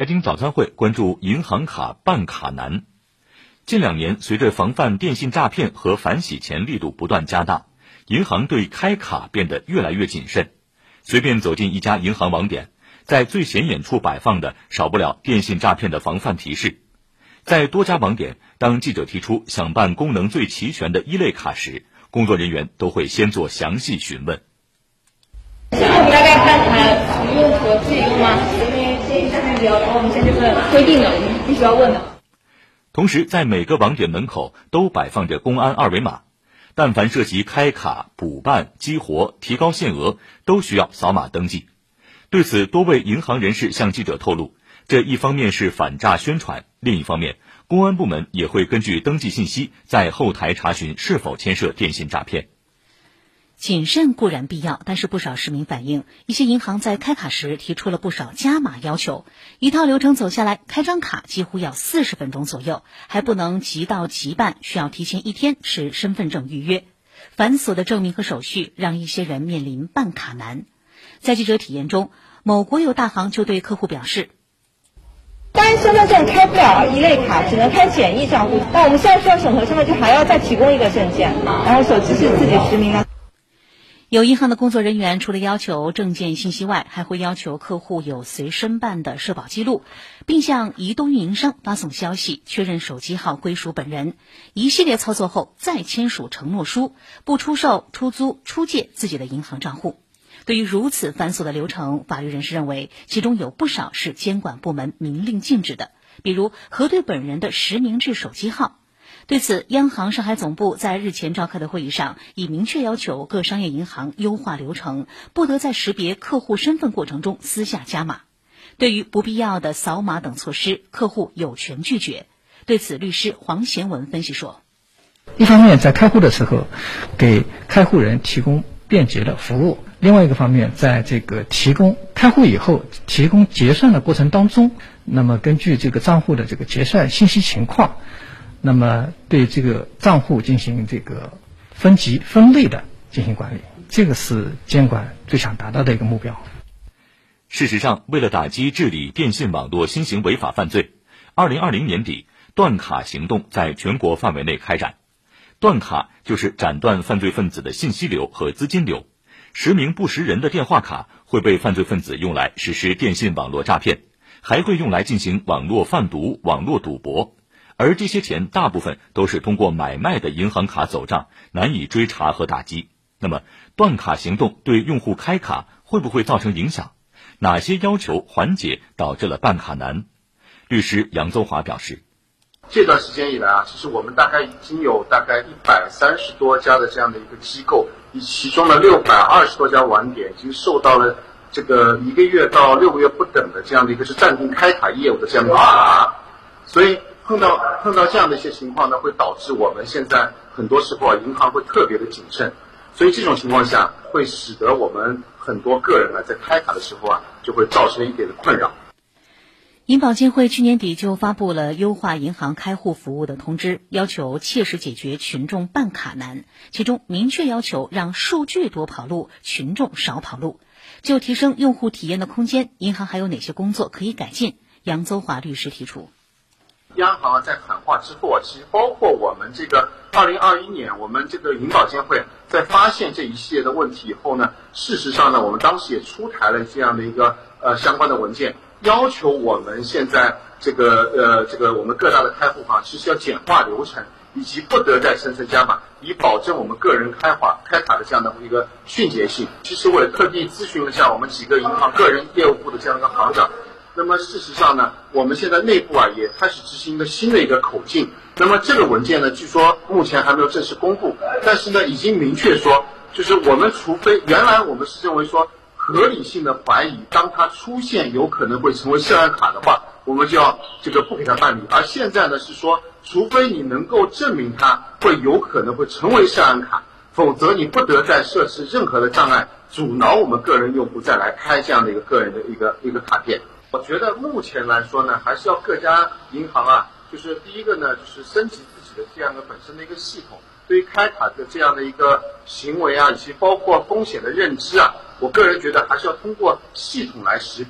财经早餐会关注银行卡办卡难。近2年，随着防范电信诈骗和反洗钱力度不断加大，银行对开卡变得越来越谨慎。随便走进一家银行网点，在最显眼处摆放的少不了电信诈骗的防范提示。在多家网点，当记者提出想办功能最齐全的一类卡时，工作人员都会先做详细询问。 我们大概看看不用和自己用吗？因为这诈骗比较多，我们现在这个规定的，我们必须要问的。 同时，在每个网点门口都摆放着公安二维码，但凡涉及开卡、补办、激活、提高限额，都需要扫码登记。对此，多位银行人士向记者透露，这一方面是反诈宣传，另一方面，公安部门也会根据登记信息，在后台查询是否牵涉电信诈骗。 谨慎固然必要，但是不少市民反映，一些银行在开卡时提出了不少加码要求，一套流程走下来，开张卡几乎要40分钟左右，还不能即到即办，需要提前1天持身份证预约。繁琐的证明和手续让一些人面临办卡难。在记者体验中，某国有大行就对客户表示， 单身份证开不了一类卡，只能开简易账户。那我们现在需要审核身份证，还要再提供一个证件，然后手机是自己实名的。 有银行的工作人员除了要求证件信息外，还会要求客户有随身办的社保记录，并向移动运营商发送消息，确认手机号归属本人。一系列操作后，再签署承诺书，不出售、出租、出借自己的银行账户。对于如此繁琐的流程，法律人士认为，其中有不少是监管部门明令禁止的，比如核对本人的实名制手机号。对此，央行上海总部在日前召开的会议上，已明确要求各商业银行优化流程，不得在识别客户身份过程中私下加码。对于不必要的扫码等措施，客户有权拒绝。对此，律师黄贤文分析说， 一方面在开户的时候给开户人提供便捷的服务，另外一个方面，在这个提供开户以后提供结算的过程当中，那么根据这个账户的这个结算信息情况，那么对这个账户进行这个分级分类的进行管理，这个是监管最想达到的一个目标。 事实上，为了打击治理电信网络新型违法犯罪，2020年底，断卡行动在全国范围内开展。断卡就是斩断犯罪分子的信息流和资金流，实名不实人的电话卡会被犯罪分子用来实施电信网络诈骗，还会用来进行网络贩毒、网络赌博。而这些钱大部分都是通过买卖的银行卡走账，难以追查和打击。那么，断卡行动对用户开卡会不会造成影响？哪些要求环节导致了办卡难？律师杨邹华表示， 这段时间以来啊，其实我们大概已经有大概130多家的这样的一个机构，以其中的620多家网点已经受到了这个1个月到6个月不等的这样的一个是暂停开卡业务的这样的处罚，所以碰到这样的一些情况呢，会导致我们现在很多时候啊，银行会特别的谨慎，所以这种情况下会使得我们很多个人呢，在开卡的时候啊，就会造成一点的困扰。 银保监会去年底就发布了优化银行开户服务的通知，要求切实解决群众办卡难，其中明确要求让数据多跑路，群众少跑路。就提升用户体验的空间，银行还有哪些工作可以改进？杨邹华律师提出， 央行在喊话之后啊，其实包括我们这个2021年，我们这个银保监会在发现这一系列的问题以后呢，事实上呢，我们当时也出台了这样的一个相关的文件，要求我们现在这个我们各大的开户行其实要简化流程，以及不得再层层加码，以保证我们个人开卡的这样的一个迅捷性。其实我也特地咨询了一下我们几个银行个人业务部的这样的一个行长。那么事实上呢，我们现在内部啊也开始执行一个新的一个口径。那么这个文件呢，据说目前还没有正式公布，但是呢，已经明确说，就是我们除非原来我们是认为说合理性的怀疑，当它出现有可能会成为涉案卡的话，我们就要不给它办理。而现在呢是说，除非你能够证明它会有可能会成为涉案卡，否则你不得再设置任何的障碍，阻挠我们个人用户再来开这样的一个个人的一个卡片。我觉得目前来说呢，还是要各家银行啊，就是第一个呢，就是升级自己的这样的本身的一个系统，对于开卡的这样的一个行为啊，以及包括风险的认知啊，我个人觉得还是要通过系统来识别。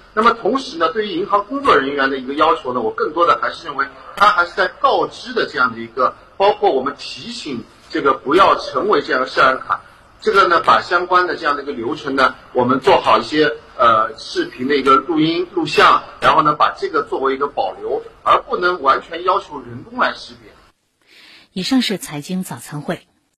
那么同时呢，对于银行工作人员的一个要求呢，我更多的还是认为他还是在告知的这样的一个，包括我们提醒这个不要成为这样的涉案卡，这个呢把相关的这样的一个流程呢，我们做好一些视频的一个录音录像，然后呢把这个作为一个保留，而不能完全要求人工来识别。 以上是财经早餐会。